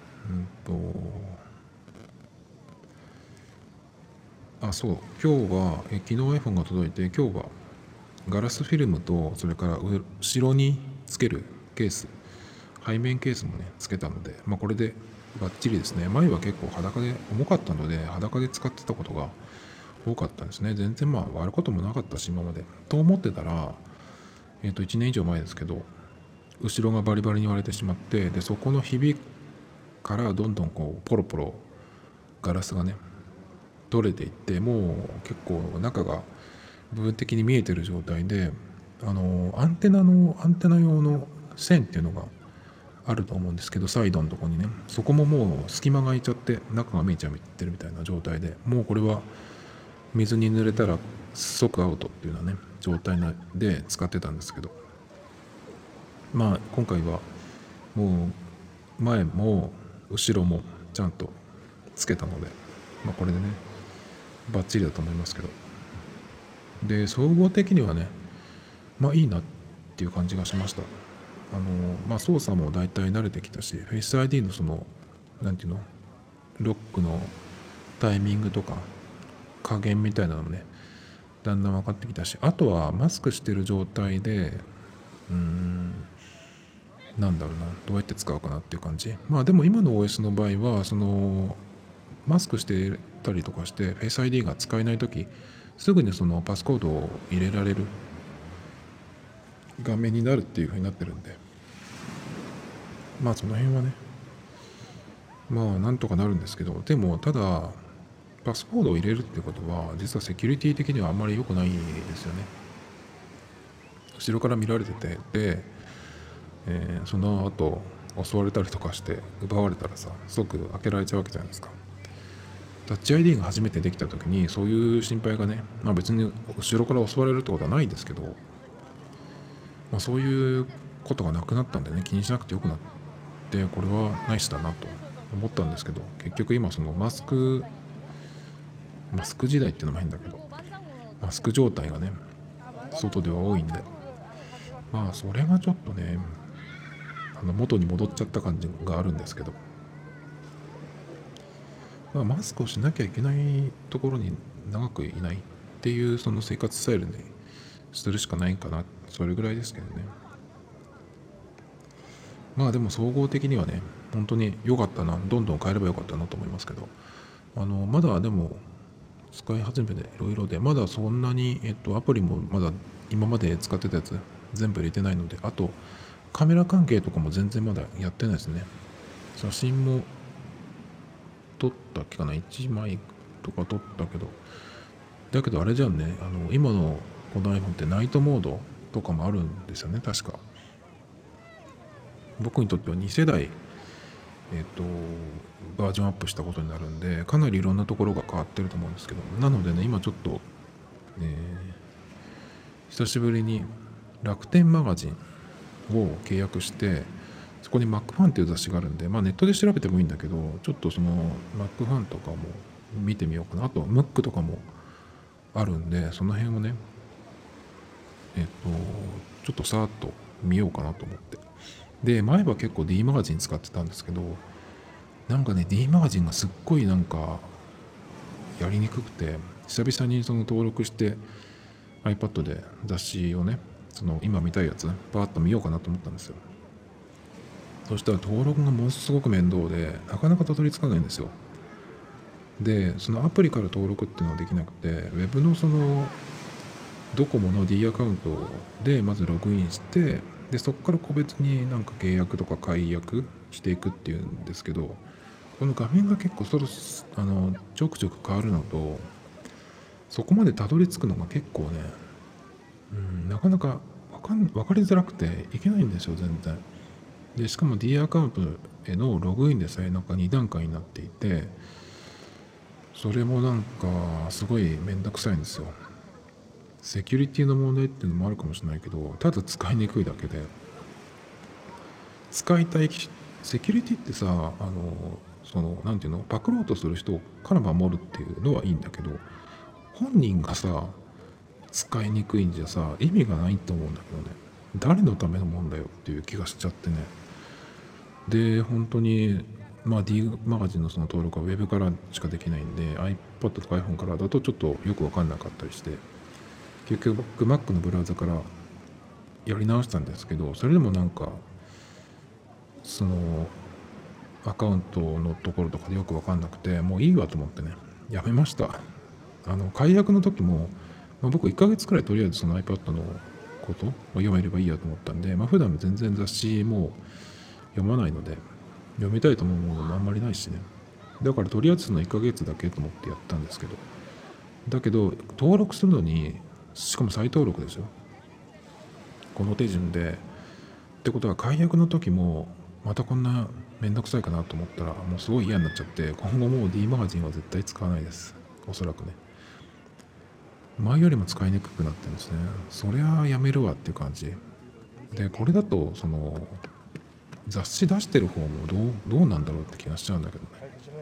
そう、今日は昨日 iPhone が届いて、今日はガラスフィルムと、それから後ろにつけるケース、背面ケースもねつけたので、まあこれでバッチリですね。前は結構裸で重かったので裸で使ってたことが多かったんですね。全然まあ割ることもなかったし今までと思ってたら、1年以上前ですけど、後ろがバリバリに割れてしまって、でそこのひびからどんどんこうポロポロガラスがね取れていって、もう結構中が部分的に見えてる状態で、アンテナ用の線っていうのがあると思うんですけど、サイドのとこにね、そこももう隙間が空いちゃって中が見えちゃってるみたいな状態で、もうこれは水に濡れたら即アウトっていうようなね状態で使ってたんですけど、まあ今回はもう前も後ろもちゃんとつけたので、まあこれでねバッチリだと思いますけど、で総合的にはねまあいいなっていう感じがしました。まあ操作も大体慣れてきたし、フェイス ID のそのなんていうの、ロックのタイミングとか加減みたいなのもねだんだん分かってきたし、あとはマスクしてる状態でなんだろうな、どうやって使うかなっていう感じ。まあでも今の OS の場合はそのマスクしてたりとかして Face ID が使えないとき、すぐにそのパスコードを入れられる画面になるっていう風になってるんで、まあその辺はねまあなんとかなるんですけど、でもただパスコードを入れるってことは実はセキュリティ的にはあんまり良くないですよね。後ろから見られてて、で、その後襲われたりとかして奪われたらさ、即開けられちゃうわけじゃないですか。タッチ ID が初めてできた時にそういう心配がね、まあ別に後ろから襲われるってことはないですけど、まあ、そういうことがなくなったんでね、気にしなくてよくなって、これはナイスだなと思ったんですけど、結局今そのマスク時代っていうのも変だけど、マスク状態がね外では多いんで、まあそれがちょっとね元に戻っちゃった感じがあるんですけど、まあ、マスクをしなきゃいけないところに長くいないっていうその生活スタイルにするしかないかな、それぐらいですけどね。まあでも総合的にはね本当に良かったな、どんどん変えればよかったなと思いますけど、まだでも使い始めていろいろで、まだそんなに、アプリもまだ今まで使ってたやつ全部入れてないので、あとカメラ関係とかも全然まだやってないですね。写真も撮ったっけかな、1枚とか撮ったけど、だけどあれじゃんね、今のこの iPhone ってナイトモードとかもあるんですよね確か。僕にとっては2世代バージョンアップしたことになるんで、かなりいろんなところが変わってると思うんですけど、なのでね今ちょっと、久しぶりに楽天マガジンを契約して、そこに Mac ファンっていう雑誌があるんで、ネットで調べてもいいんだけど、ちょっとその Mac ファンとかも見てみようかな。あと Mac とかもあるんで、その辺をね、ちょっとさーっと見ようかなと思って。で、前は結構 D マガジン使ってたんですけど、なんかね、D マガジンがすっごいなんかやりにくくて、久々にその登録して iPad で雑誌をね、その今見たいやつパーッと見ようかなと思ったんですよ。そしたら登録がものすごく面倒で、なかなかたどり着かないんですよ。で、そのアプリから登録っていうのはできなくて、ウェブのそのドコモの D アカウントでまずログインして、でそこから個別になんか契約とか解約していくっていうんですけど、この画面が結構ちょくちょく変わるのと、そこまでたどり着くのが結構ね、なかなか分かりづらくていけないんですよ、全然。でしかも D アカウントへのログインでさえなんか2段階になっていて、それもなんかすごいめんどくさいんですよ。セキュリティの問題っていうのもあるかもしれないけど、ただ使いにくいだけで、使いたいセキュリティってさ、なんていうの、パクろうとする人から守るっていうのはいいんだけど、本人がさ使いにくいんじゃさ意味がないと思うんだけどね。誰のためのもんだよっていう気がしちゃってね。で本当にD マガジンのその登録はウェブからしかできないんで、 iPad とか iPhone からだとちょっとよく分かんなかったりして、結局僕 Mac のブラウザからやり直したんですけど、それでもなんかそのアカウントのところとかでよく分かんなくて、もういいわと思ってね、やめました。解約の時も、僕1ヶ月くらいとりあえずその iPad のことを読めればいいやと思ったんで、普段全然雑誌も読まないので、読みたいと思うものもあんまりないしね。だからとりあえずその1ヶ月だけと思ってやったんですけど、だけど登録するのに、しかも再登録ですよ、この手順で。ってことは解約の時もまたこんなめんどくさいかなと思ったら、もうすごい嫌になっちゃって、今後もう D マガジンは絶対使わないです、おそらくね。前よりも使いにくくなってるんですね。そりゃやめるわっていう感じで、これだとその雑誌出してる方もどうなんだろうって気がしちゃうんだけどね。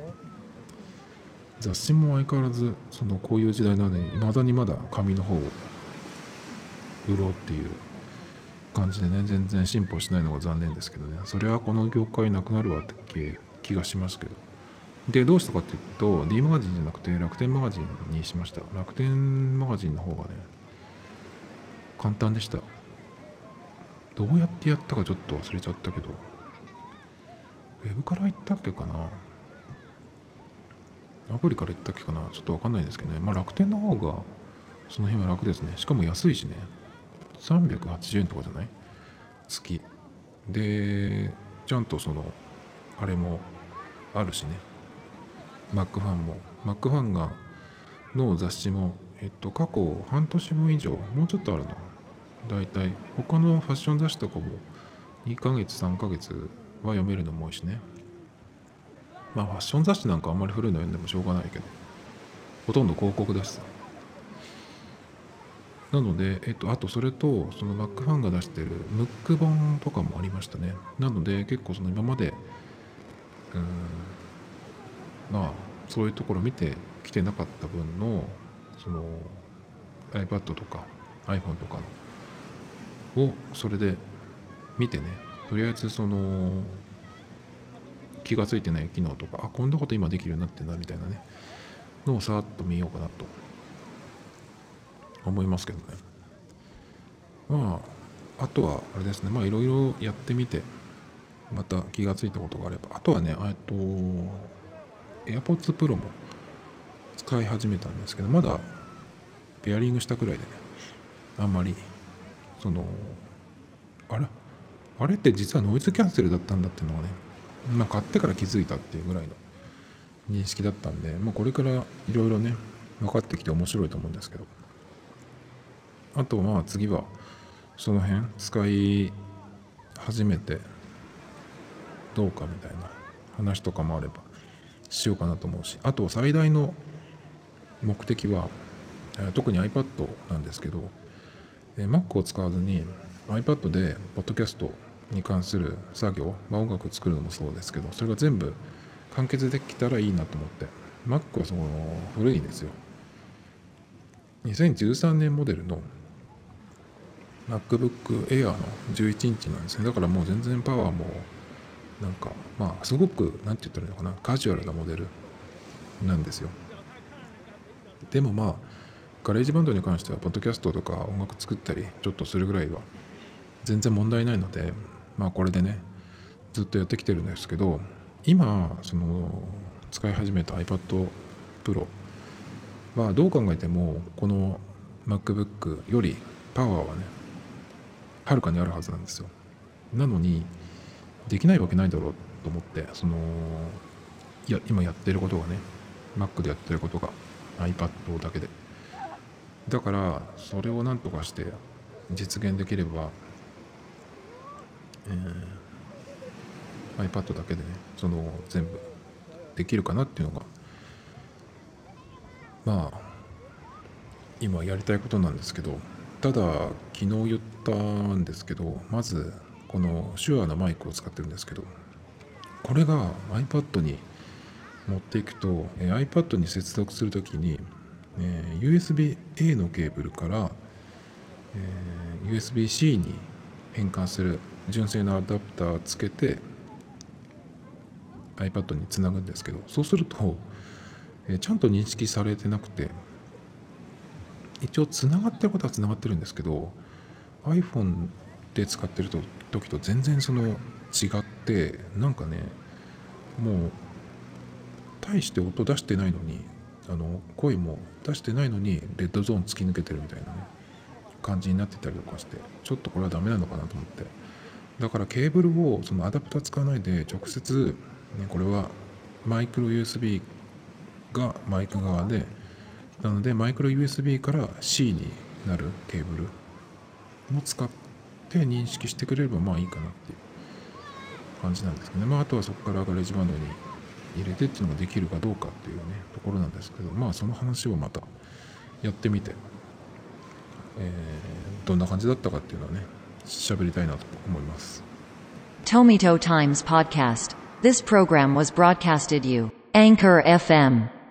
雑誌も相変わらずこういう時代なのに、未だにまだ紙の方を売ろうっていう感じでね、全然進歩しないのが残念ですけどね。それはこの業界なくなるわって気がしますけど。でどうしたかっていうと、 D マガジンじゃなくて楽天マガジンにしました。楽天マガジンの方がね簡単でした。どうやってやったかちょっと忘れちゃったけど、ウェブから行ったっけかな、アプリから行ったっけかな、ちょっと分かんないですけどね。楽天の方がその辺は楽ですね。しかも安いしね、380円とかじゃない、月で。ちゃんとあれもあるしね、マックファンも、マックファンがの雑誌も、過去半年分以上、もうちょっとあるの。だいたい他のファッション雑誌とかも2ヶ月3ヶ月は読めるのも多いしね。ファッション雑誌なんかあんまり古いの読んでもしょうがないけど、ほとんど広告だしさ。なので、あとそれと、そのマックファンが出してるムック本とかもありましたね。なので、結構今まで、そういうところ見てきてなかった分の、iPad とか iPhone とかをそれで見てね、とりあえず気がついてない機能とか、こんなこと今できるようになってんだみたいなねのをさーっと見ようかなと思いますけどね。あとはあれですね、いろいろやってみてまた気がついたことがあれば、あとはね、AirPods Pro も使い始めたんですけど、まだペアリングしたくらいでね、あんまりあれって実はノイズキャンセルだったんだっていうのがね、買ってから気づいたっていうぐらいの認識だったんで、これからいろいろね分かってきて面白いと思うんですけど、あと次はその辺使い始めてどうかみたいな話とかもあればしようかなと思うし、あと最大の目的は特に iPad なんですけど、Mac を使わずに iPad でポッドキャストに関する作業、音楽作るのもそうですけど、それが全部完結できたらいいなと思って。 Mac はその古いんですよ。2013年モデルの MacBook Air の11インチなんですね。だからもう全然パワーもなんかすごくなんて言ったらいいのかな、カジュアルなモデルなんですよ。でもガレージバンドに関してはポッドキャストとか音楽作ったりちょっとするぐらいは全然問題ないので、これでねずっとやってきてるんですけど、今その使い始めた iPad Pro はどう考えてもこの MacBook よりパワーはねはるかにあるはずなんですよ。なのにできないわけないだろうと思って、今やってることがね Mac でやってることが iPad だけで、だからそれをなんとかして実現できれば、iPad だけでね全部できるかなっていうのが今やりたいことなんですけど、ただ昨日言ったんですけど、まずこの手話のマイクを使ってるんですけど、これが iPad に持っていくと、iPad に接続するときに、USB-A のケーブルから、USB-C に変換する純正のアダプターをつけて iPad につなぐんですけど、そうすると、ちゃんと認識されてなくて、一応つながってることはつながってるんですけど iPhone で使ってる時と全然違ってなんかね、もう大して音出してないのに声も出してないのにレッドゾーン突き抜けてるみたいなね感じになってたりとかして、ちょっとこれはダメなのかなと思って、だからケーブルをアダプター使わないで直接、これはマイクロ USB がマイク側で、なのでマイクロ USB から C になるケーブルを使って認識してくれればいいかなっていう感じなんですけどね。あとはそこからガレージバンドに入れてっていうのができるかどうかっていうねところなんですけど、その話をまたやってみて、どんな感じだったかっていうのはね喋りたいなと思います。 Tomito Times Podcast. This program was broadcasted you Anchor FM